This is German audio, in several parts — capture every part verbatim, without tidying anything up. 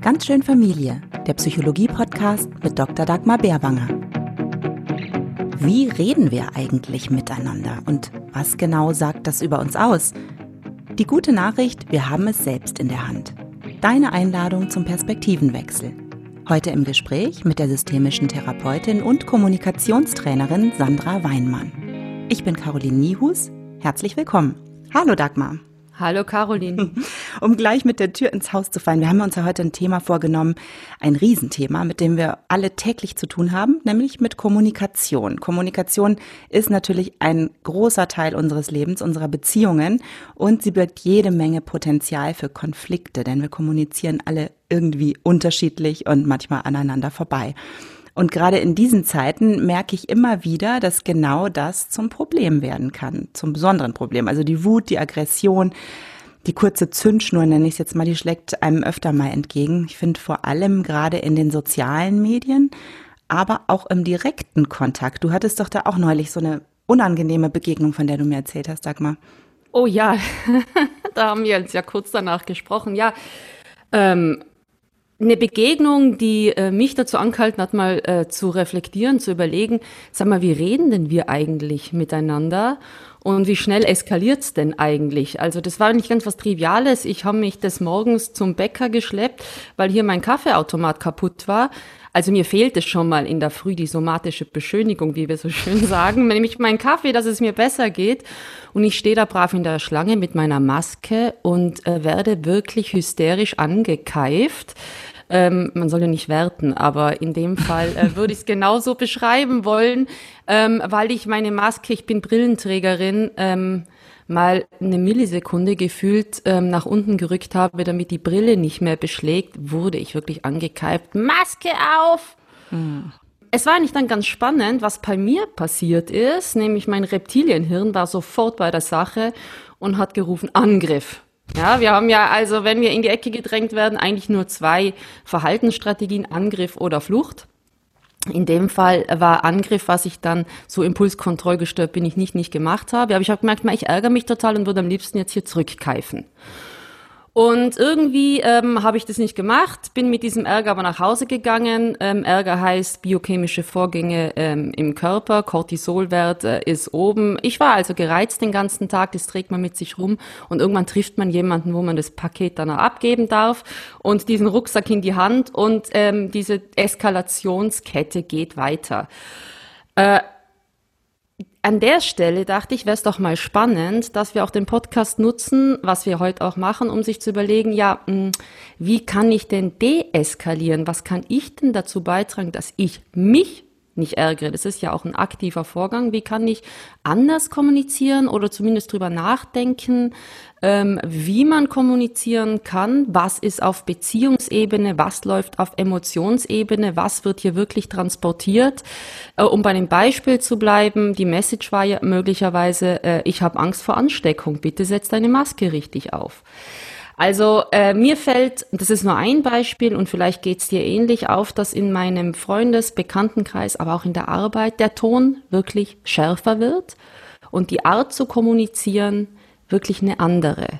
Ganz schön Familie, der Psychologie-Podcast mit Doktor Dagmar Bärwanger. Wie reden wir eigentlich miteinander und was genau sagt das über uns aus? Die gute Nachricht, wir haben es selbst in der Hand. Deine Einladung zum Perspektivenwechsel. Heute im Gespräch mit der systemischen Therapeutin und Kommunikationstrainerin Sandra Weinmann. Ich bin Caroline Niehus. Herzlich willkommen. Hallo Dagmar. Hallo Caroline. Um gleich mit der Tür ins Haus zu fallen, wir haben uns ja heute ein Thema vorgenommen, ein Riesenthema, mit dem wir alle täglich zu tun haben, nämlich mit Kommunikation. Kommunikation ist natürlich ein großer Teil unseres Lebens, unserer Beziehungen und sie birgt jede Menge Potenzial für Konflikte, denn wir kommunizieren alle irgendwie unterschiedlich und manchmal aneinander vorbei. Und gerade in diesen Zeiten merke ich immer wieder, dass genau das zum Problem werden kann, zum besonderen Problem. Also die Wut, die Aggression, die kurze Zündschnur, nenne ich es jetzt mal, die schlägt einem öfter mal entgegen. Ich finde vor allem gerade in den sozialen Medien, aber auch im direkten Kontakt. Du hattest doch da auch neulich so eine unangenehme Begegnung, von der du mir erzählt hast, Dagmar. Oh ja, da haben wir uns ja kurz danach gesprochen. Ja, ähm, eine Begegnung, die äh, mich dazu angehalten hat, mal äh, zu reflektieren, zu überlegen, sag mal, wie reden denn wir eigentlich miteinander und wie schnell eskaliert's denn eigentlich? Also das war nicht ganz was Triviales. Ich habe mich des Morgens zum Bäcker geschleppt, weil hier mein Kaffeeautomat kaputt war. Also mir fehlt es schon mal in der Früh die somatische Beschönigung, wie wir so schön sagen, nämlich mein Kaffee, dass es mir besser geht. Und ich stehe da brav in der Schlange mit meiner Maske und äh, werde wirklich hysterisch angekeift. Ähm, man soll ja nicht werten, aber in dem Fall äh, würde ich es genauso beschreiben wollen, ähm, weil ich meine Maske, ich bin Brillenträgerin, ähm, mal eine Millisekunde gefühlt ähm, nach unten gerückt habe, damit die Brille nicht mehr beschlägt, wurde ich wirklich angekeift. Maske auf! Hm. Es war eigentlich dann ganz spannend, was bei mir passiert ist, nämlich mein Reptilienhirn war sofort bei der Sache und hat gerufen, Angriff. Ja, wir haben ja also, wenn wir in die Ecke gedrängt werden, eigentlich nur zwei Verhaltensstrategien, Angriff oder Flucht. In dem Fall war Angriff, was ich dann so impulskontrollgestört bin, ich nicht, nicht gemacht habe. Aber ich habe gemerkt, ich ärgere mich total und würde am liebsten jetzt hier zurückkeifen. Und irgendwie ähm, habe ich das nicht gemacht, bin mit diesem Ärger aber nach Hause gegangen. Ähm, Ärger heißt biochemische Vorgänge ähm, im Körper, Cortisolwert äh, ist oben. Ich war also gereizt den ganzen Tag, das trägt man mit sich rum und irgendwann trifft man jemanden, wo man das Paket dann auch abgeben darf und diesen Rucksack in die Hand und ähm, diese Eskalationskette geht weiter. Äh, An der Stelle dachte ich, wäre es doch mal spannend, dass wir auch den Podcast nutzen, was wir heute auch machen, um sich zu überlegen, ja, wie kann ich denn deeskalieren? Was kann ich denn dazu beitragen, dass ich mich nicht ärgere? Das ist ja auch ein aktiver Vorgang. Wie kann ich anders kommunizieren oder zumindest drüber nachdenken, ähm, wie man kommunizieren kann? Was ist auf Beziehungsebene? Was läuft auf Emotionsebene? Was wird hier wirklich transportiert? Äh, um bei dem Beispiel zu bleiben, die Message war ja möglicherweise, äh, ich habe Angst vor Ansteckung. Bitte setz deine Maske richtig auf. Also äh, mir fällt, das ist nur ein Beispiel und vielleicht geht's dir ähnlich auf, dass in meinem Freundes-, Bekanntenkreis, aber auch in der Arbeit der Ton wirklich schärfer wird und die Art zu kommunizieren wirklich eine andere.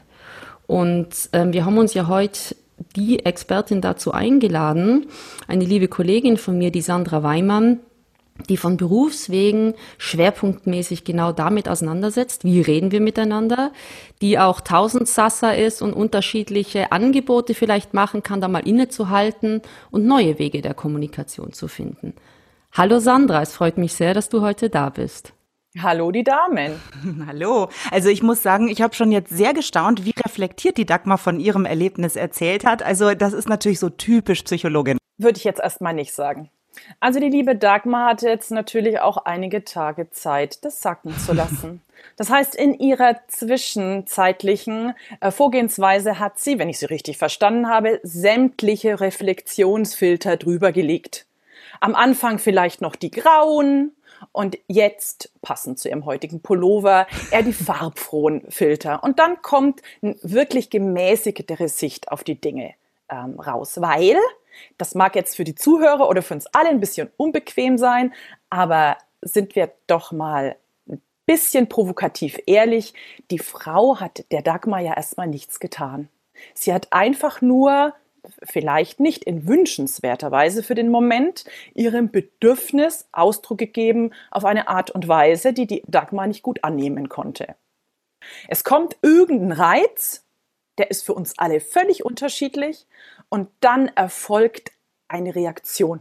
Und ähm, wir haben uns ja heute die Expertin dazu eingeladen, eine liebe Kollegin von mir, die Sandra Weinmann, die von Berufswegen schwerpunktmäßig genau damit auseinandersetzt, wie reden wir miteinander, die auch Tausendsasser ist und unterschiedliche Angebote vielleicht machen kann, da mal innezuhalten und neue Wege der Kommunikation zu finden. Hallo Sandra, es freut mich sehr, dass du heute da bist. Hallo die Damen. Hallo. Also ich muss sagen, ich habe schon jetzt sehr gestaunt, wie reflektiert die Dagmar von ihrem Erlebnis erzählt hat. Also das ist natürlich so typisch Psychologin. Würde ich jetzt erstmal nicht sagen. Also die liebe Dagmar hatte jetzt natürlich auch einige Tage Zeit, das sacken zu lassen. Das heißt, in ihrer zwischenzeitlichen äh, Vorgehensweise hat sie, wenn ich sie richtig verstanden habe, sämtliche Reflexionsfilter drüber gelegt. Am Anfang vielleicht noch die grauen und jetzt, passend zu ihrem heutigen Pullover, eher die farbfrohen Filter. Und dann kommt eine wirklich gemäßigtere Sicht auf die Dinge ähm, raus, weil... Das mag jetzt für die Zuhörer oder für uns alle ein bisschen unbequem sein, aber sind wir doch mal ein bisschen provokativ ehrlich. Die Frau hat der Dagmar ja erstmal nichts getan. Sie hat einfach nur vielleicht nicht in wünschenswerter Weise für den Moment, ihrem Bedürfnis Ausdruck gegeben auf eine Art und Weise, die die Dagmar nicht gut annehmen konnte. Es kommt irgendein Reiz, der ist für uns alle völlig unterschiedlich und dann erfolgt eine Reaktion.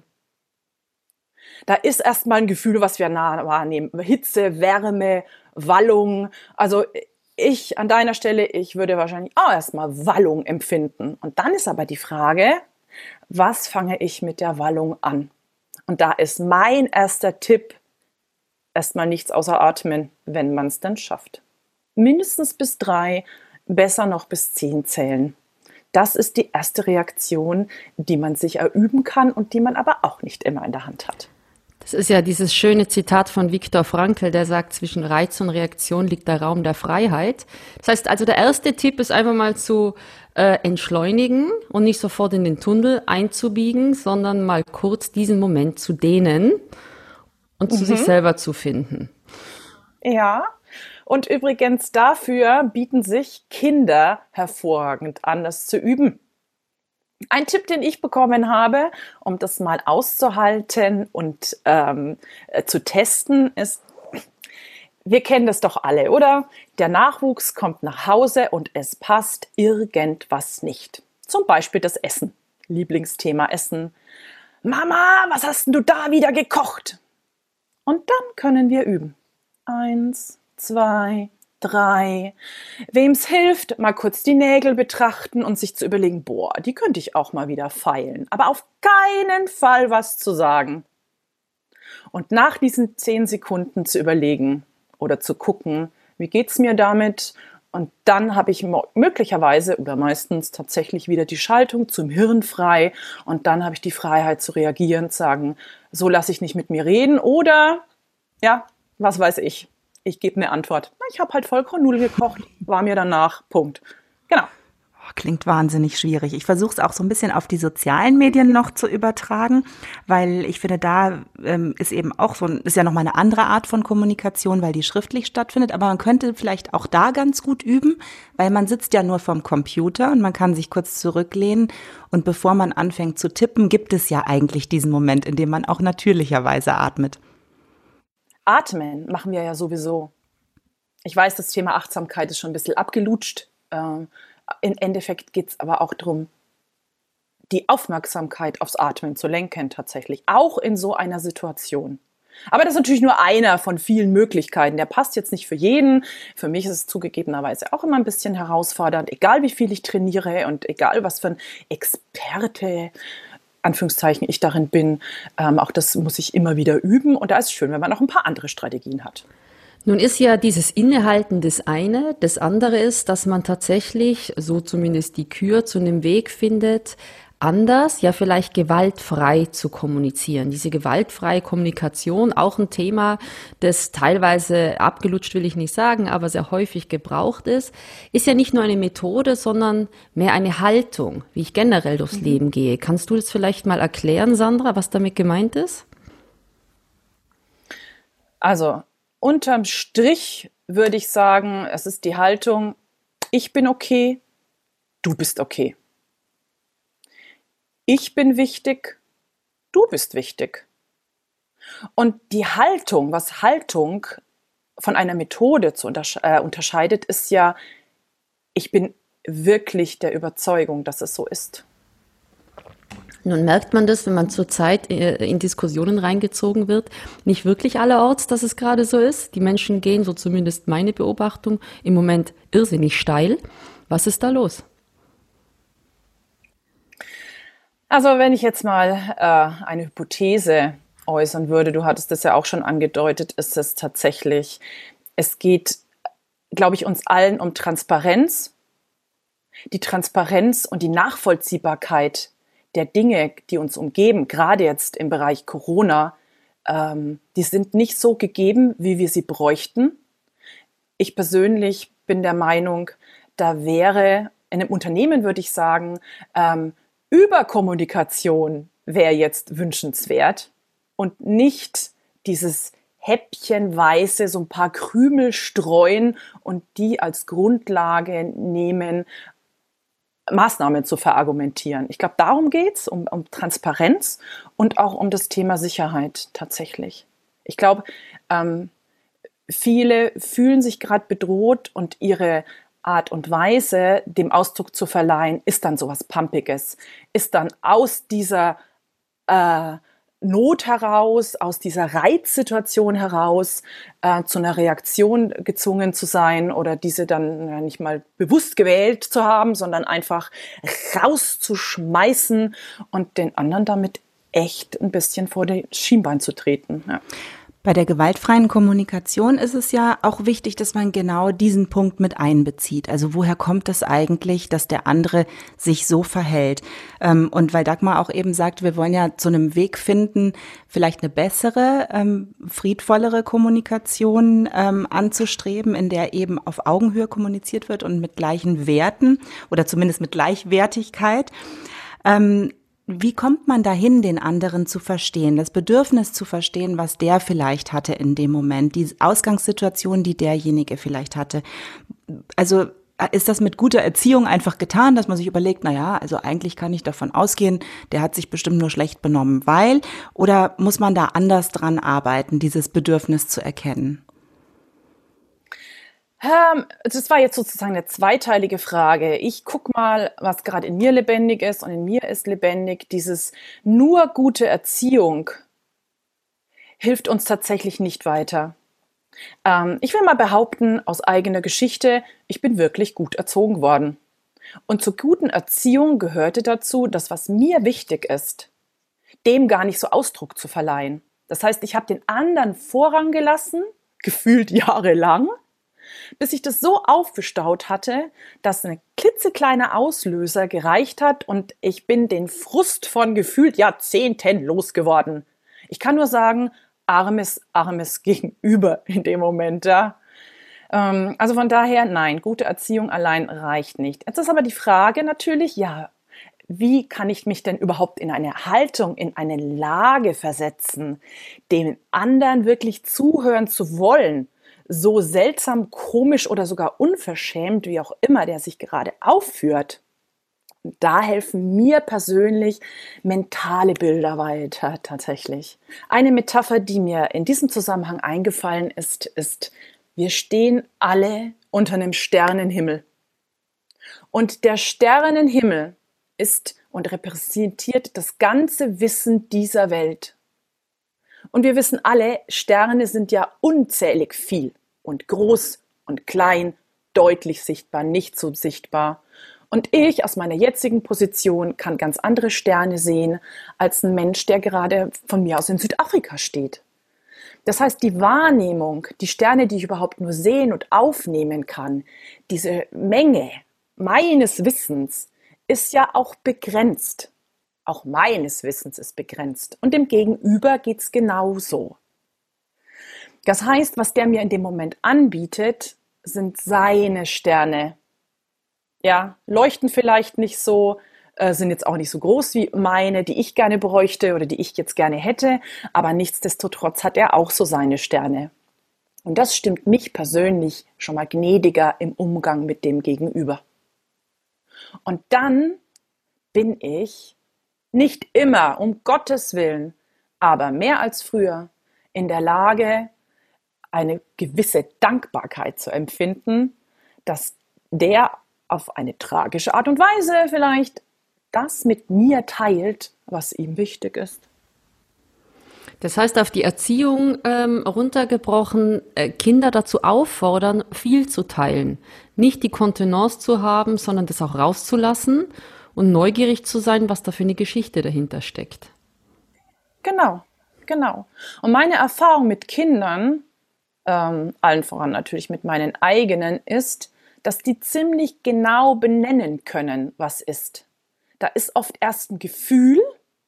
Da ist erstmal ein Gefühl, was wir nah wahrnehmen. Hitze, Wärme, Wallung. Also ich an deiner Stelle, ich würde wahrscheinlich auch erstmal Wallung empfinden. Und dann ist aber die Frage, was fange ich mit der Wallung an? Und da ist mein erster Tipp, erstmal nichts außer atmen, wenn man es dann schafft. Mindestens bis drei, besser noch bis zehn zählen. Das ist die erste Reaktion, die man sich erüben kann und die man aber auch nicht immer in der Hand hat. Das ist ja dieses schöne Zitat von Viktor Frankl, der sagt, zwischen Reiz und Reaktion liegt der Raum der Freiheit. Das heißt also, der erste Tipp ist einfach mal zu äh, entschleunigen und nicht sofort in den Tunnel einzubiegen, sondern mal kurz diesen Moment zu dehnen und zu mhm. sich selber zu finden. Ja, und übrigens dafür bieten sich Kinder hervorragend an, das zu üben. Ein Tipp, den ich bekommen habe, um das mal auszuhalten und ähm, äh, zu testen, ist, wir kennen das doch alle, oder? Der Nachwuchs kommt nach Hause und es passt irgendwas nicht. Zum Beispiel das Essen. Lieblingsthema Essen. Mama, was hast denn du da wieder gekocht? Und dann können wir üben. Eins, zwei, drei. Wem's hilft, mal kurz die Nägel betrachten und sich zu überlegen, boah, die könnte ich auch mal wieder feilen. Aber auf keinen Fall was zu sagen. Und nach diesen zehn Sekunden zu überlegen oder zu gucken, wie geht's mir damit? Und dann habe ich möglicherweise oder meistens tatsächlich wieder die Schaltung zum Hirn frei. Und dann habe ich die Freiheit zu reagieren, zu sagen, so lasse ich nicht mit mir reden. Oder, ja, was weiß ich. Ich gebe eine Antwort. Ich habe halt Vollkornnudeln gekocht, war mir danach. Punkt. Genau. Oh, klingt wahnsinnig schwierig. Ich versuche es auch so ein bisschen auf die sozialen Medien noch zu übertragen, weil ich finde, da ähm, ist eben auch so, ein, ist ja nochmal eine andere Art von Kommunikation, weil die schriftlich stattfindet. Aber man könnte vielleicht auch da ganz gut üben, weil man sitzt ja nur vorm Computer und man kann sich kurz zurücklehnen. Und bevor man anfängt zu tippen, gibt es ja eigentlich diesen Moment, in dem man auch natürlicherweise atmet. Atmen machen wir ja sowieso. Ich weiß, das Thema Achtsamkeit ist schon ein bisschen abgelutscht. Ähm, Im Endeffekt geht es aber auch darum, die Aufmerksamkeit aufs Atmen zu lenken tatsächlich, auch in so einer Situation. Aber das ist natürlich nur einer von vielen Möglichkeiten. Der passt jetzt nicht für jeden. Für mich ist es zugegebenerweise auch immer ein bisschen herausfordernd, egal wie viel ich trainiere und egal was für ein Experte Anführungszeichen ich darin bin, ähm, auch das muss ich immer wieder üben und da ist es schön, wenn man noch ein paar andere Strategien hat. Nun ist ja dieses Innehalten das eine, das andere ist, dass man tatsächlich, so zumindest die Kür, zu einem Weg findet, anders, ja vielleicht gewaltfrei zu kommunizieren. Diese gewaltfreie Kommunikation, auch ein Thema, das teilweise abgelutscht will ich nicht sagen, aber sehr häufig gebraucht ist, ist ja nicht nur eine Methode, sondern mehr eine Haltung, wie ich generell durchs mhm. Leben gehe. Kannst du das vielleicht mal erklären, Sandra, was damit gemeint ist? Also, unterm Strich würde ich sagen, es ist die Haltung, ich bin okay, du bist okay. Ich bin wichtig, du bist wichtig. Und die Haltung, was Haltung von einer Methode zu untersche- äh, unterscheidet, ist ja, ich bin wirklich der Überzeugung, dass es so ist. Nun merkt man das, wenn man zurzeit in Diskussionen reingezogen wird, nicht wirklich allerorts, dass es gerade so ist. Die Menschen gehen, so zumindest meine Beobachtung, im Moment irrsinnig steil. Was ist da los? Also wenn ich jetzt mal äh, eine Hypothese äußern würde, du hattest das ja auch schon angedeutet, ist es tatsächlich, es geht, glaube ich, uns allen um Transparenz. Die Transparenz und die Nachvollziehbarkeit der Dinge, die uns umgeben, gerade jetzt im Bereich Corona, ähm, die sind nicht so gegeben, wie wir sie bräuchten. Ich persönlich bin der Meinung, da wäre in einem Unternehmen, würde ich sagen, ähm, Überkommunikation wäre jetzt wünschenswert und nicht dieses häppchenweise so ein paar Krümel streuen und die als Grundlage nehmen, Maßnahmen zu verargumentieren. Ich glaube, darum geht's, um, um Transparenz und auch um das Thema Sicherheit tatsächlich. Ich glaube, ähm, viele fühlen sich gerade bedroht und ihre Art und Weise, dem Ausdruck zu verleihen, ist dann sowas Pumpiges, ist dann aus dieser äh, Not heraus, aus dieser Reizsituation heraus äh, zu einer Reaktion gezwungen zu sein oder diese dann ja, nicht mal bewusst gewählt zu haben, sondern einfach rauszuschmeißen und den anderen damit echt ein bisschen vor das Schienbein zu treten. Ja. Bei der gewaltfreien Kommunikation ist es ja auch wichtig, dass man genau diesen Punkt mit einbezieht. Also woher kommt es eigentlich, dass der andere sich so verhält? Und weil Dagmar auch eben sagt, wir wollen ja zu einem Weg finden, vielleicht eine bessere, friedvollere Kommunikation anzustreben, in der eben auf Augenhöhe kommuniziert wird und mit gleichen Werten oder zumindest mit Gleichwertigkeit. Wie kommt man dahin, den anderen zu verstehen, das Bedürfnis zu verstehen, was der vielleicht hatte in dem Moment, die Ausgangssituation, die derjenige vielleicht hatte? Also ist das mit guter Erziehung einfach getan, dass man sich überlegt, na ja, also eigentlich kann ich davon ausgehen, der hat sich bestimmt nur schlecht benommen, weil, oder muss man da anders dran arbeiten, dieses Bedürfnis zu erkennen? Das war jetzt sozusagen eine zweiteilige Frage. Ich guck mal, was gerade in mir lebendig ist, und in mir ist lebendig, dieses nur gute Erziehung hilft uns tatsächlich nicht weiter. Ähm, ich will mal behaupten, aus eigener Geschichte, ich bin wirklich gut erzogen worden. Und zur guten Erziehung gehörte dazu, dass was mir wichtig ist, dem gar nicht so Ausdruck zu verleihen. Das heißt, ich habe den anderen Vorrang gelassen, gefühlt jahrelang, bis ich das so aufgestaut hatte, dass ein klitzekleiner Auslöser gereicht hat und ich bin den Frust von gefühlt Jahrzehnten losgeworden. Ich kann nur sagen, armes, armes Gegenüber in dem Moment. Ja. Ähm, also von daher, nein, gute Erziehung allein reicht nicht. Jetzt ist aber die Frage natürlich, ja, wie kann ich mich denn überhaupt in eine Haltung, in eine Lage versetzen, dem anderen wirklich zuhören zu wollen? So seltsam, komisch oder sogar unverschämt, wie auch immer der sich gerade aufführt. Und da helfen mir persönlich mentale Bilder weiter tatsächlich. Eine Metapher, die mir in diesem Zusammenhang eingefallen ist, ist, wir stehen alle unter einem Sternenhimmel. Und der Sternenhimmel ist und repräsentiert das ganze Wissen dieser Welt. Und wir wissen alle, Sterne sind ja unzählig viel und groß und klein, deutlich sichtbar, nicht so sichtbar. Und ich aus meiner jetzigen Position kann ganz andere Sterne sehen als ein Mensch, der gerade von mir aus in Südafrika steht. Das heißt, die Wahrnehmung, die Sterne, die ich überhaupt nur sehen und aufnehmen kann, diese Menge meines Wissens ist ja auch begrenzt. Auch meines Wissens ist begrenzt. Und dem Gegenüber geht es genauso. Das heißt, was der mir in dem Moment anbietet, sind seine Sterne. Ja, leuchten vielleicht nicht so, äh, sind jetzt auch nicht so groß wie meine, die ich gerne bräuchte oder die ich jetzt gerne hätte, aber nichtsdestotrotz hat er auch so seine Sterne. Und das stimmt mich persönlich schon mal gnädiger im Umgang mit dem Gegenüber. Und dann bin ich nicht immer, um Gottes Willen, aber mehr als früher in der Lage, eine gewisse Dankbarkeit zu empfinden, dass der auf eine tragische Art und Weise vielleicht das mit mir teilt, was ihm wichtig ist. Das heißt, auf die Erziehung ähm, runtergebrochen, äh, Kinder dazu auffordern, viel zu teilen. Nicht die Kontenance zu haben, sondern das auch rauszulassen und neugierig zu sein, was da für eine Geschichte dahinter steckt. Genau, genau. Und meine Erfahrung mit Kindern, ähm, allen voran natürlich mit meinen eigenen, ist, dass die ziemlich genau benennen können, was ist. Da ist oft erst ein Gefühl,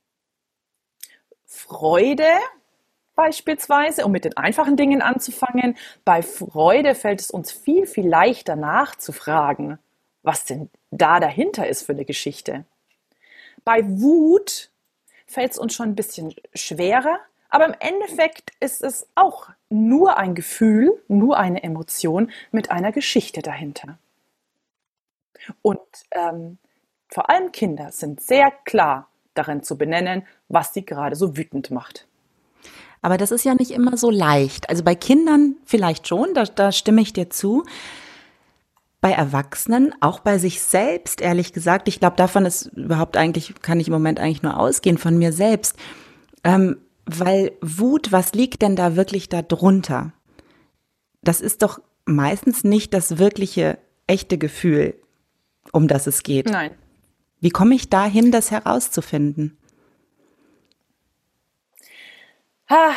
Freude beispielsweise, um mit den einfachen Dingen anzufangen. Bei Freude fällt es uns viel, viel leichter nachzufragen, was denn da dahinter ist für eine Geschichte. Bei Wut fällt es uns schon ein bisschen schwerer, aber im Endeffekt ist es auch nur ein Gefühl, nur eine Emotion mit einer Geschichte dahinter. Und ähm, vor allem Kinder, sind sehr klar darin zu benennen, was sie gerade so wütend macht. Aber das ist ja nicht immer so leicht. Also bei Kindern vielleicht schon, da, da stimme ich dir zu. Bei Erwachsenen, auch bei sich selbst, ehrlich gesagt, ich glaube, davon ist überhaupt eigentlich, kann ich im Moment eigentlich nur ausgehen, von mir selbst. Ähm, weil Wut, was liegt denn da wirklich da drunter? Das ist doch meistens nicht das wirkliche, echte Gefühl, um das es geht. Nein. Wie komme ich dahin, das herauszufinden? Ha.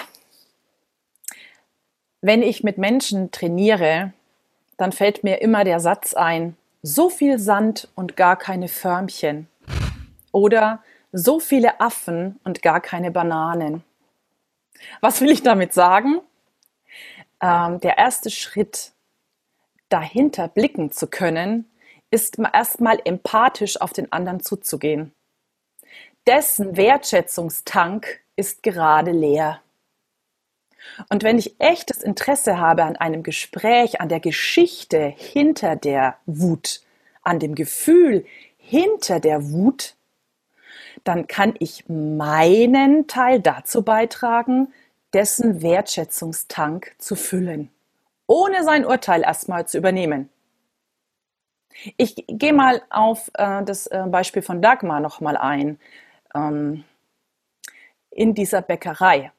Wenn ich mit Menschen trainiere, dann fällt mir immer der Satz ein, so viel Sand und gar keine Förmchen. Oder so viele Affen und gar keine Bananen. Was will ich damit sagen? Ähm, der erste Schritt, dahinter blicken zu können, ist erstmal empathisch auf den anderen zuzugehen. Dessen Wertschätzungstank ist gerade leer. Und wenn ich echtes Interesse habe an einem Gespräch, an der Geschichte hinter der Wut, an dem Gefühl hinter der Wut, dann kann ich meinen Teil dazu beitragen, dessen Wertschätzungstank zu füllen, ohne sein Urteil erstmal zu übernehmen. Ich gehe mal auf äh, das äh, Beispiel von Dagmar nochmal ein, ähm, in dieser Bäckerei.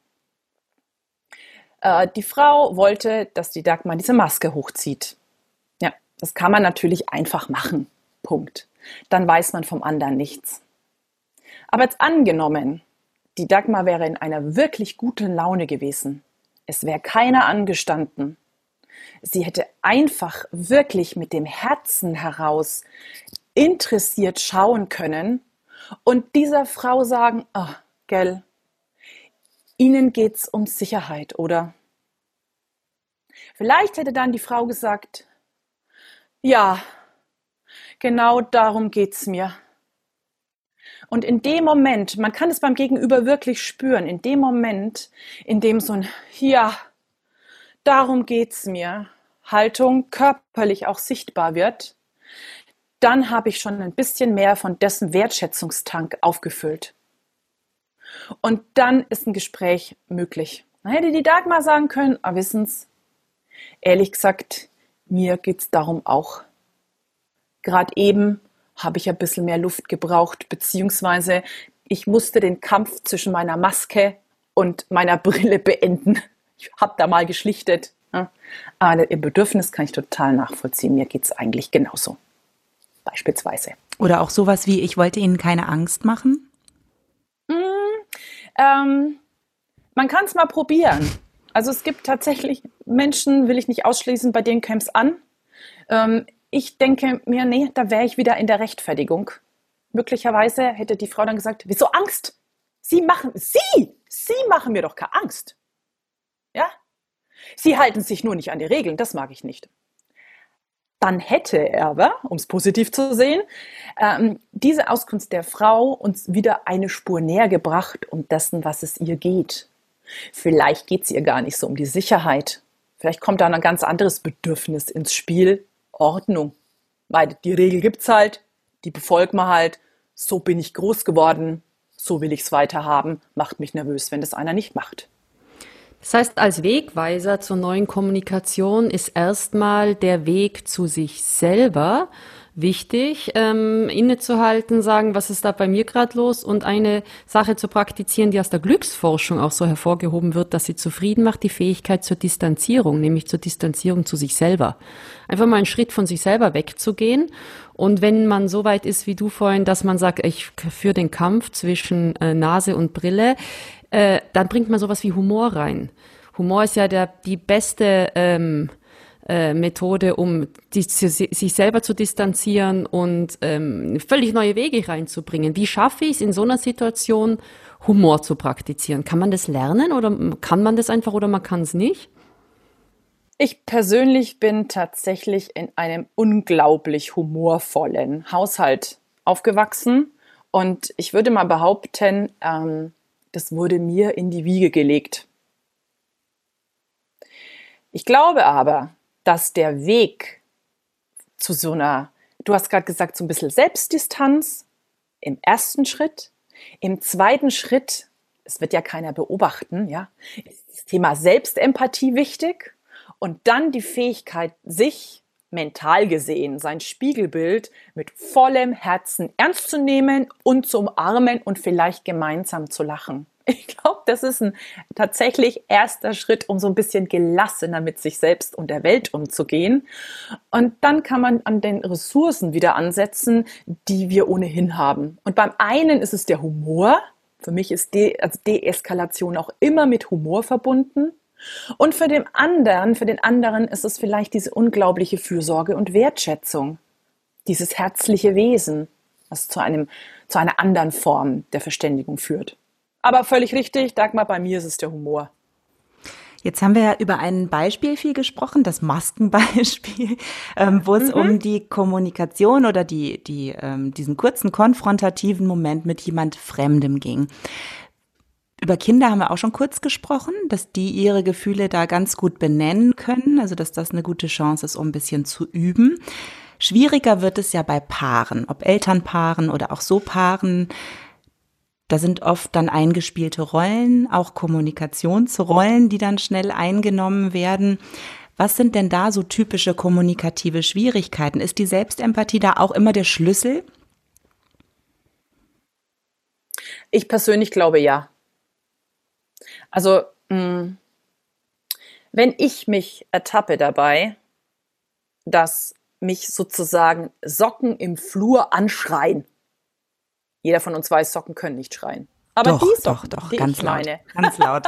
Äh, die Frau wollte, dass die Dagmar diese Maske hochzieht. Ja, das kann man natürlich einfach machen, Punkt. Dann weiß man vom anderen nichts. Aber jetzt angenommen, die Dagmar wäre in einer wirklich guten Laune gewesen. Es wäre keiner angestanden. Sie hätte einfach wirklich mit dem Herzen heraus interessiert schauen können und dieser Frau sagen, oh, gell, Ihnen geht's um Sicherheit, oder? Vielleicht hätte dann die Frau gesagt, ja, genau darum geht's mir. Und in dem Moment, man kann es beim Gegenüber wirklich spüren, in dem Moment, in dem so ein Ja, darum geht's mir, Haltung körperlich auch sichtbar wird, dann habe ich schon ein bisschen mehr von dessen Wertschätzungstank aufgefüllt. Und dann ist ein Gespräch möglich. Dann hätte die Dagmar sagen können, ah, wissen's, ehrlich gesagt, mir geht's darum auch. Gerade eben habe ich ein bisschen mehr Luft gebraucht, beziehungsweise ich musste den Kampf zwischen meiner Maske und meiner Brille beenden. Ich habe da mal geschlichtet. Aber ihr Bedürfnis kann ich total nachvollziehen. Mir geht es eigentlich genauso. Beispielsweise. Oder auch sowas wie, ich wollte Ihnen keine Angst machen? Mm, ähm, man kann es mal probieren. Also es gibt tatsächlich Menschen, will ich nicht ausschließen, bei denen käme es an. Ähm, ich denke mir, nee, da wäre ich wieder in der Rechtfertigung. Möglicherweise hätte die Frau dann gesagt, wieso Angst? Sie machen, Sie, Sie machen mir doch keine Angst. Ja? Sie halten sich nur nicht an die Regeln, das mag ich nicht. Dann hätte er aber, um es positiv zu sehen, ähm, diese Auskunft der Frau uns wieder eine Spur näher gebracht um dessen, was es ihr geht. Vielleicht geht es ihr gar nicht so um die Sicherheit. Vielleicht kommt da ein ganz anderes Bedürfnis ins Spiel. Ordnung. Weil die Regel gibt's halt, die befolgt man halt. So bin ich groß geworden, so will ich es weiter haben. Macht mich nervös, wenn das einer nicht macht. Das heißt, als Wegweiser zur neuen Kommunikation ist erstmal der Weg zu sich selber wichtig, ähm, innezuhalten, sagen, was ist da bei mir gerade los und eine Sache zu praktizieren, die aus der Glücksforschung auch so hervorgehoben wird, dass sie zufrieden macht, die Fähigkeit zur Distanzierung, nämlich zur Distanzierung zu sich selber. Einfach mal einen Schritt von sich selber wegzugehen und wenn man so weit ist wie du vorhin, dass man sagt, ich führe den Kampf zwischen äh, Nase und Brille, äh, dann bringt man sowas wie Humor rein. Humor ist ja der, die beste ähm, äh, Methode, um die, sich selber zu distanzieren und ähm, völlig neue Wege reinzubringen. Wie schaffe ich es in so einer Situation, Humor zu praktizieren? Kann man das lernen oder kann man das einfach oder man kann es nicht? Ich persönlich bin tatsächlich in einem unglaublich humorvollen Haushalt aufgewachsen und ich würde mal behaupten, ähm, das wurde mir in die Wiege gelegt. Ich glaube aber, dass der Weg zu so einer Du hast gerade gesagt, so ein bisschen Selbstdistanz im ersten Schritt. Im zweiten Schritt, es wird ja keiner beobachten, ja, ist das Thema Selbstempathie wichtig. Und dann die Fähigkeit, sich mental gesehen, sein Spiegelbild mit vollem Herzen ernst zu nehmen und zu umarmen und vielleicht gemeinsam zu lachen. Ich glaube, das ist ein tatsächlich erster Schritt, um so ein bisschen gelassener mit sich selbst und der Welt umzugehen. Und dann kann man an den Ressourcen wieder ansetzen, die wir ohnehin haben. Und beim einen ist es der Humor. Für mich ist De- also Deeskalation auch immer mit Humor verbunden. Und für den anderen, für den anderen ist es vielleicht diese unglaubliche Fürsorge und Wertschätzung, dieses herzliche Wesen, was zu einem, zu einer anderen Form der Verständigung führt. Aber völlig richtig, Dagmar, bei mir ist es der Humor. Jetzt haben wir ja über ein Beispiel viel gesprochen, das Maskenbeispiel, ähm, wo es mhm. um die Kommunikation oder die, die, ähm, diesen kurzen konfrontativen Moment mit jemand Fremdem ging. Über Kinder haben wir auch schon kurz gesprochen, dass die ihre Gefühle da ganz gut benennen können, also dass das eine gute Chance ist, um ein bisschen zu üben. Schwieriger wird es ja bei Paaren, ob Elternpaaren oder auch so Paaren. Da sind oft dann eingespielte Rollen, auch Kommunikationsrollen, die dann schnell eingenommen werden. Was sind denn da so typische kommunikative Schwierigkeiten? Ist die Selbstempathie da auch immer der Schlüssel? Ich persönlich glaube ja. Also, mh, wenn ich mich ertappe dabei, dass mich sozusagen Socken im Flur anschreien. Jeder von uns weiß, Socken können nicht schreien. Aber doch, die Socken, doch, doch, die ganz ich laut, meine. ganz laut.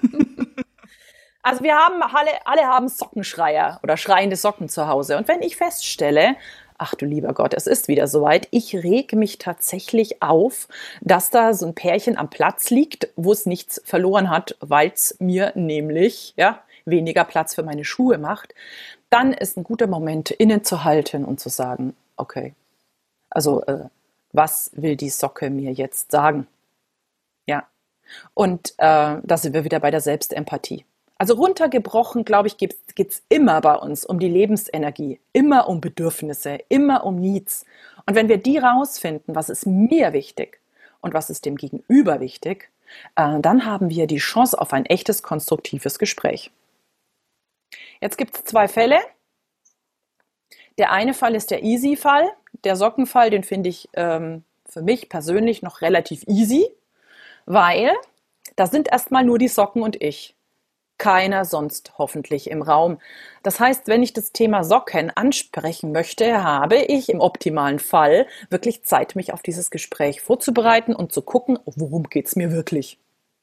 Also wir haben alle, alle haben Sockenschreier oder schreiende Socken zu Hause. Und wenn ich feststelle, ach du lieber Gott, es ist wieder soweit, ich reg mich tatsächlich auf, dass da so ein Pärchen am Platz liegt, wo es nichts verloren hat, weil es mir nämlich ja, weniger Platz für meine Schuhe macht, dann ist ein guter Moment, innezuhalten und zu sagen, okay, also äh, was will die Socke mir jetzt sagen? Ja, und äh, da sind wir wieder bei der Selbstempathie. Also runtergebrochen, glaube ich, geht es immer bei uns um die Lebensenergie, immer um Bedürfnisse, immer um Needs. Und wenn wir die rausfinden, was ist mir wichtig und was ist dem Gegenüber wichtig, äh, dann haben wir die Chance auf ein echtes, konstruktives Gespräch. Jetzt gibt es zwei Fälle. Der eine Fall ist der Easy-Fall. Der Sockenfall, den finde ich ähm, für mich persönlich noch relativ easy, weil da sind erstmal nur die Socken und ich. Keiner sonst hoffentlich im Raum. Das heißt, wenn ich das Thema Socken ansprechen möchte, habe ich im optimalen Fall wirklich Zeit, mich auf dieses Gespräch vorzubereiten und zu gucken, worum geht es mir wirklich.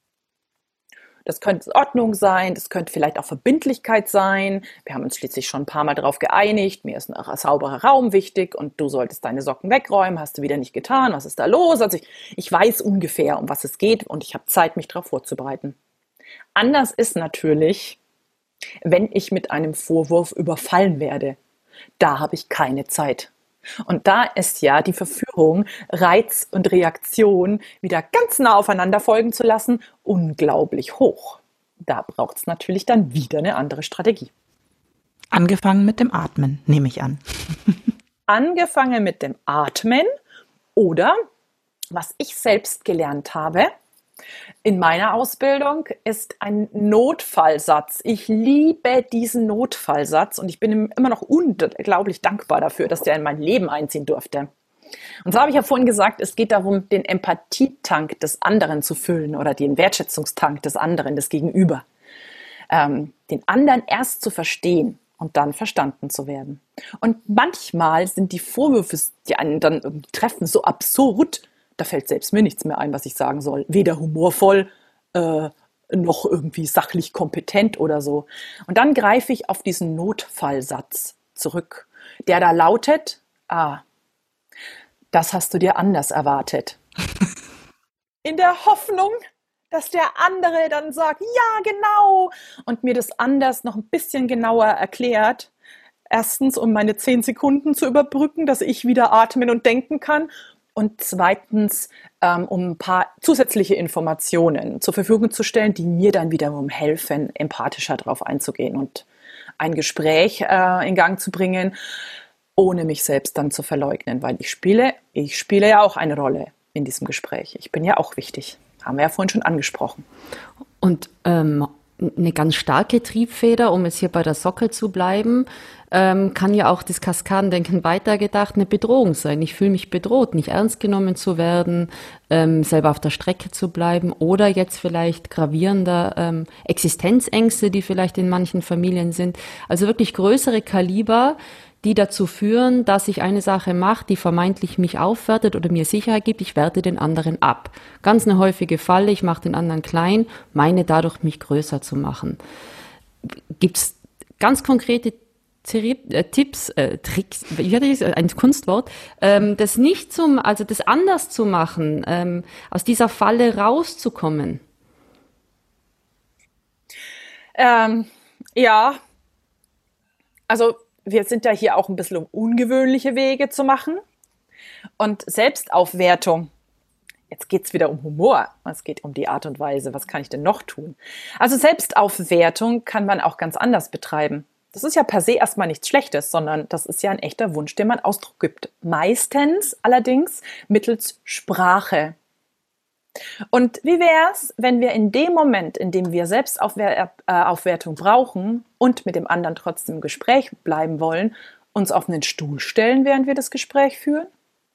Das könnte Ordnung sein, das könnte vielleicht auch Verbindlichkeit sein. Wir haben uns schließlich schon ein paar Mal darauf geeinigt, mir ist ein sauberer Raum wichtig und du solltest deine Socken wegräumen, hast du wieder nicht getan, was ist da los? Also ich, ich weiß ungefähr, um was es geht und ich habe Zeit, mich darauf vorzubereiten. Anders ist natürlich, wenn ich mit einem Vorwurf überfallen werde. Da habe ich keine Zeit. Und da ist ja die Verführung, Reiz und Reaktion wieder ganz nah aufeinander folgen zu lassen, unglaublich hoch. Da braucht es natürlich dann wieder eine andere Strategie. Angefangen mit dem Atmen, nehme ich an. Angefangen mit dem Atmen oder, was ich selbst gelernt habe, in meiner Ausbildung ist ein Notfallsatz. Ich liebe diesen Notfallsatz und ich bin immer noch unglaublich dankbar dafür, dass der in mein Leben einziehen durfte. Und so habe ich ja vorhin gesagt, es geht darum, den Empathietank des anderen zu füllen oder den Wertschätzungstank des anderen, des Gegenüber. Ähm, den anderen erst zu verstehen und dann verstanden zu werden. Und manchmal sind die Vorwürfe, die einen dann treffen, so absurd, da fällt selbst mir nichts mehr ein, was ich sagen soll. Weder humorvoll, äh, noch irgendwie sachlich kompetent oder so. Und dann greife ich auf diesen Notfallsatz zurück, der da lautet, ah, das hast du dir anders erwartet. In der Hoffnung, dass der andere dann sagt, ja, genau, und mir das anders noch ein bisschen genauer erklärt. Erstens, um meine zehn Sekunden zu überbrücken, dass ich wieder atmen und denken kann. Und zweitens, ähm, um ein paar zusätzliche Informationen zur Verfügung zu stellen, die mir dann wiederum helfen, empathischer darauf einzugehen und ein Gespräch äh, in Gang zu bringen, ohne mich selbst dann zu verleugnen, weil ich spiele, ich spiele ja auch eine Rolle in diesem Gespräch. Ich bin ja auch wichtig. Haben wir ja vorhin schon angesprochen. Und ähm, eine ganz starke Triebfeder, um jetzt hier bei der Socke zu bleiben, ähm, kann ja auch das Kaskadendenken weitergedacht eine Bedrohung sein. Ich fühle mich bedroht, nicht ernst genommen zu werden, ähm, selber auf der Strecke zu bleiben oder jetzt vielleicht gravierender ähm, Existenzängste, die vielleicht in manchen Familien sind. Also wirklich größere Kaliber, die dazu führen, dass ich eine Sache mache, die vermeintlich mich aufwertet oder mir Sicherheit gibt, ich werte den anderen ab. Ganz eine häufige Falle, ich mache den anderen klein, meine dadurch mich größer zu machen. Gibt es ganz konkrete Tri- äh, Tipps, äh, Tricks, wie hatte ich, ein Kunstwort, ähm, das nicht zum, also das anders zu machen, ähm, aus dieser Falle rauszukommen? Ähm, ja, also wir sind ja hier auch ein bisschen, um ungewöhnliche Wege zu machen. Und Selbstaufwertung, jetzt geht es wieder um Humor, es geht um die Art und Weise, was kann ich denn noch tun? Also Selbstaufwertung kann man auch ganz anders betreiben. Das ist ja per se erstmal nichts Schlechtes, sondern das ist ja ein echter Wunsch, den man Ausdruck gibt. Meistens allerdings mittels Sprache. Und wie wäre es, wenn wir in dem Moment, in dem wir Selbstaufwertung brauchen und mit dem anderen trotzdem im Gespräch bleiben wollen, uns auf einen Stuhl stellen, während wir das Gespräch führen?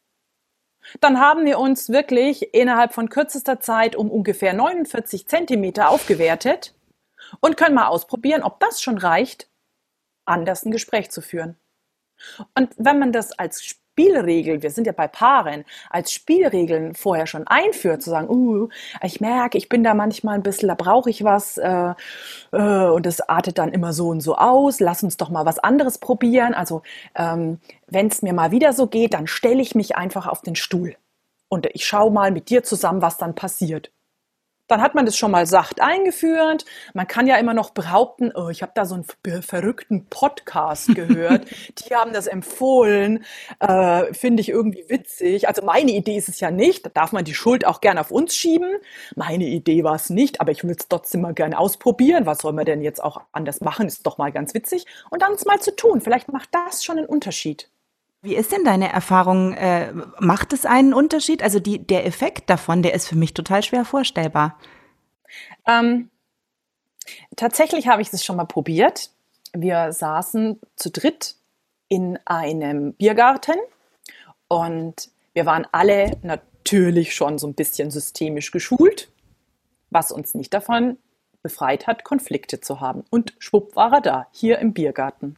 Dann haben wir uns wirklich innerhalb von kürzester Zeit um ungefähr neunundvierzig Zentimeter aufgewertet und können mal ausprobieren, ob das schon reicht, anders ein Gespräch zu führen. Und wenn man das als Spielregel, wir sind ja bei Paaren, als Spielregeln vorher schon einführt, zu sagen, uh, ich merke, ich bin da manchmal ein bisschen, da brauche ich was äh, äh, und das artet dann immer so und so aus, lass uns doch mal was anderes probieren. Also ähm, wenn es mir mal wieder so geht, dann stelle ich mich einfach auf den Stuhl und ich schaue mal mit dir zusammen, was dann passiert. Dann hat man das schon mal sacht eingeführt. Man kann ja immer noch behaupten, oh, ich habe da so einen verrückten Podcast gehört. Die haben das empfohlen, äh, finde ich irgendwie witzig. Also meine Idee ist es ja nicht. Da darf man die Schuld auch gerne auf uns schieben. Meine Idee war es nicht, aber ich will es trotzdem mal gerne ausprobieren. Was soll man denn jetzt auch anders machen? Ist doch mal ganz witzig. Und dann es mal zu tun. Vielleicht macht das schon einen Unterschied. Wie ist denn deine Erfahrung? Äh, macht es einen Unterschied? Also die, der Effekt davon, der ist für mich total schwer vorstellbar. Ähm, tatsächlich habe ich es schon mal probiert. Wir saßen zu dritt in einem Biergarten und wir waren alle natürlich schon so ein bisschen systemisch geschult, was uns nicht davon befreit hat, Konflikte zu haben. Und schwupp war er da, hier im Biergarten.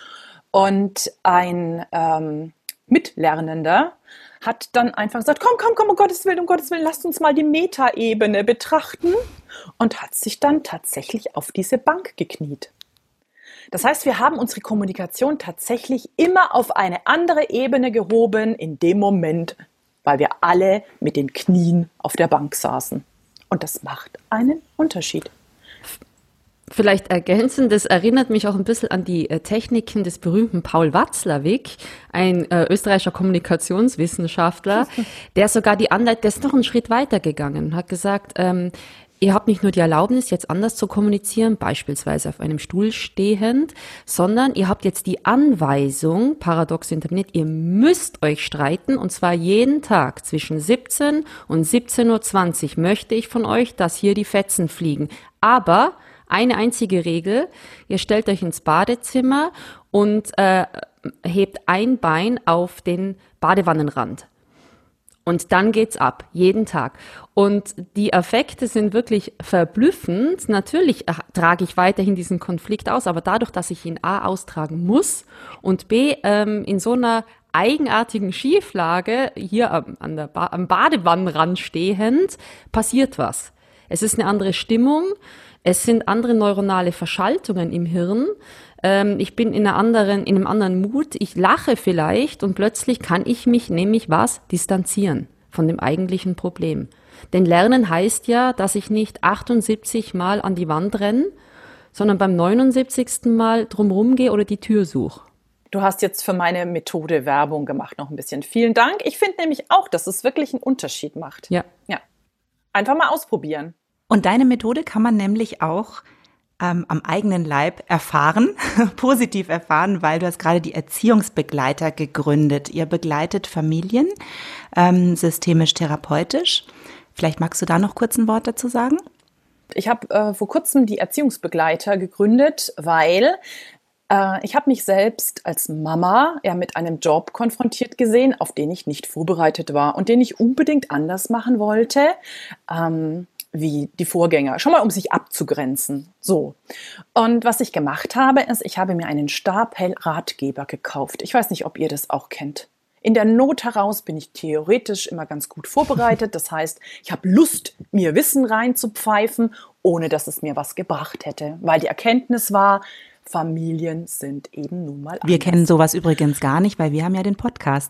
Und ein ähm, Mitlernender hat dann einfach gesagt, komm, komm, komm, um Gottes Willen, um Gottes Willen, lasst uns mal die Metaebene betrachten und hat sich dann tatsächlich auf diese Bank gekniet. Das heißt, wir haben unsere Kommunikation tatsächlich immer auf eine andere Ebene gehoben in dem Moment, weil wir alle mit den Knien auf der Bank saßen. Und das macht einen Unterschied. Vielleicht ergänzend, das erinnert mich auch ein bisschen an die äh, Techniken des berühmten Paul Watzlawick, ein äh, österreichischer Kommunikationswissenschaftler, der sogar die Anleitung, der ist noch einen Schritt weiter gegangen und hat gesagt, ähm, ihr habt nicht nur die Erlaubnis, jetzt anders zu kommunizieren, beispielsweise auf einem Stuhl stehend, sondern ihr habt jetzt die Anweisung, paradox interveniert, ihr müsst euch streiten und zwar jeden Tag zwischen siebzehn und siebzehn Uhr zwanzig möchte ich von euch, dass hier die Fetzen fliegen. Aber eine einzige Regel, ihr stellt euch ins Badezimmer und äh, hebt ein Bein auf den Badewannenrand. Und dann geht's ab, jeden Tag. Und die Effekte sind wirklich verblüffend. Natürlich trage ich weiterhin diesen Konflikt aus, aber dadurch, dass ich ihn A austragen muss und B ähm, in so einer eigenartigen Schieflage hier am, an der ba- am Badewannenrand stehend, passiert was. Es ist eine andere Stimmung. Es sind andere neuronale Verschaltungen im Hirn. Ähm, ich bin in einer anderen, in einem anderen Mut. Ich lache vielleicht und plötzlich kann ich mich nämlich was distanzieren von dem eigentlichen Problem. Denn Lernen heißt ja, dass ich nicht achtundsiebzig Mal an die Wand renne, sondern beim neunundsiebzigsten Mal drumherum gehe oder die Tür suche. Du hast jetzt für meine Methode Werbung gemacht, noch ein bisschen. Vielen Dank. Ich finde nämlich auch, dass es wirklich einen Unterschied macht. Ja. Ja. Einfach mal ausprobieren. Und deine Methode kann man nämlich auch ähm, am eigenen Leib erfahren, positiv erfahren, weil du hast gerade die Erziehungsbegleiter gegründet. Ihr begleitet Familien ähm, systemisch-therapeutisch. Vielleicht magst du da noch kurz ein Wort dazu sagen? Ich habe äh, vor kurzem die Erziehungsbegleiter gegründet, weil äh, ich habe mich selbst als Mama ja mit einem Job konfrontiert gesehen, auf den ich nicht vorbereitet war und den ich unbedingt anders machen wollte ähm, wie die Vorgänger. Schon mal, um sich abzugrenzen. So. Und was ich gemacht habe, ist, ich habe mir einen Stapel Ratgeber gekauft. Ich weiß nicht, ob ihr das auch kennt. In der Not heraus bin ich theoretisch immer ganz gut vorbereitet. Das heißt, ich habe Lust, mir Wissen reinzupfeifen, ohne dass es mir was gebracht hätte. Weil die Erkenntnis war, Familien sind eben nun mal anders. Wir kennen sowas übrigens gar nicht, weil wir haben ja den Podcast.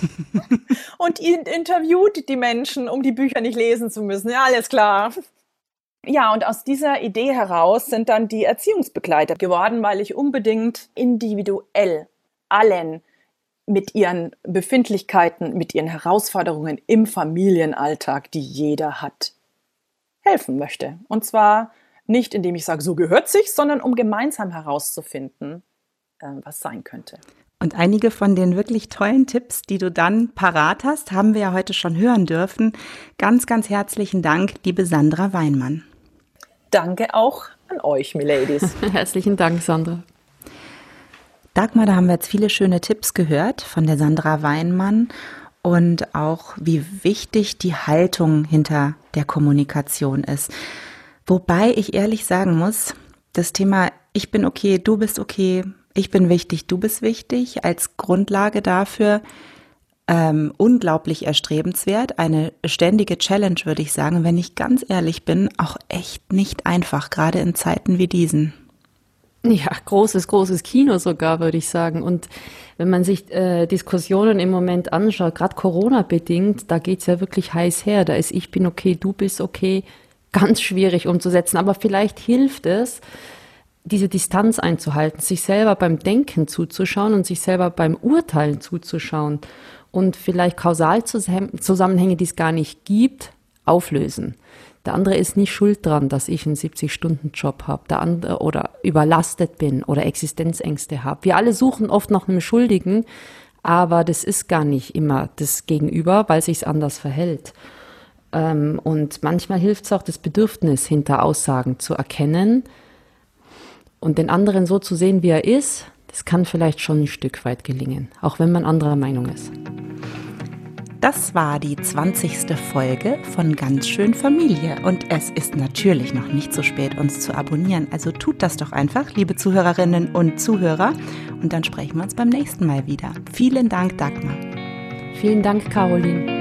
Und ihr interviewt die Menschen, um die Bücher nicht lesen zu müssen. Ja, alles klar. Ja, und aus dieser Idee heraus sind dann die Erziehungsbegleiter geworden, weil ich unbedingt individuell allen mit ihren Befindlichkeiten, mit ihren Herausforderungen im Familienalltag, die jeder hat, helfen möchte. Und zwar nicht, indem ich sage, so gehört sich, sondern um gemeinsam herauszufinden, äh, was sein könnte. Und einige von den wirklich tollen Tipps, die du dann parat hast, haben wir ja heute schon hören dürfen. Ganz, ganz herzlichen Dank, liebe Sandra Weinmann. Danke auch an euch, Miladies. Herzlichen Dank, Sandra. Dagmar, da haben wir jetzt viele schöne Tipps gehört von der Sandra Weinmann und auch, wie wichtig die Haltung hinter der Kommunikation ist. Wobei ich ehrlich sagen muss, das Thema ich bin okay, du bist okay, ich bin wichtig, du bist wichtig, als Grundlage dafür ähm, unglaublich erstrebenswert. Eine ständige Challenge, würde ich sagen, wenn ich ganz ehrlich bin, auch echt nicht einfach, gerade in Zeiten wie diesen. Ja, großes, großes Kino sogar, würde ich sagen. Und wenn man sich äh, Diskussionen im Moment anschaut, gerade Corona-bedingt, da geht's ja wirklich heiß her. Da ist ich bin okay, du bist okay, ganz schwierig umzusetzen. Aber vielleicht hilft es, diese Distanz einzuhalten, sich selber beim Denken zuzuschauen und sich selber beim Urteilen zuzuschauen und vielleicht Kausalzusammenhänge, die es gar nicht gibt, auflösen. Der andere ist nicht schuld dran, dass ich einen siebzig-Stunden-Job habe, der andere oder überlastet bin oder Existenzängste habe. Wir alle suchen oft nach einem Schuldigen, aber das ist gar nicht immer das Gegenüber, weil sich's anders verhält. Ähm, und manchmal hilft es auch, das Bedürfnis hinter Aussagen zu erkennen und den anderen so zu sehen, wie er ist. Das kann vielleicht schon ein Stück weit gelingen, auch wenn man anderer Meinung ist. Das war die zwanzigste Folge von Ganz schön Familie und es ist natürlich noch nicht so spät, uns zu abonnieren. Also tut das doch einfach, liebe Zuhörerinnen und Zuhörer, und dann sprechen wir uns beim nächsten Mal wieder. Vielen Dank, Dagmar. Vielen Dank, Caroline.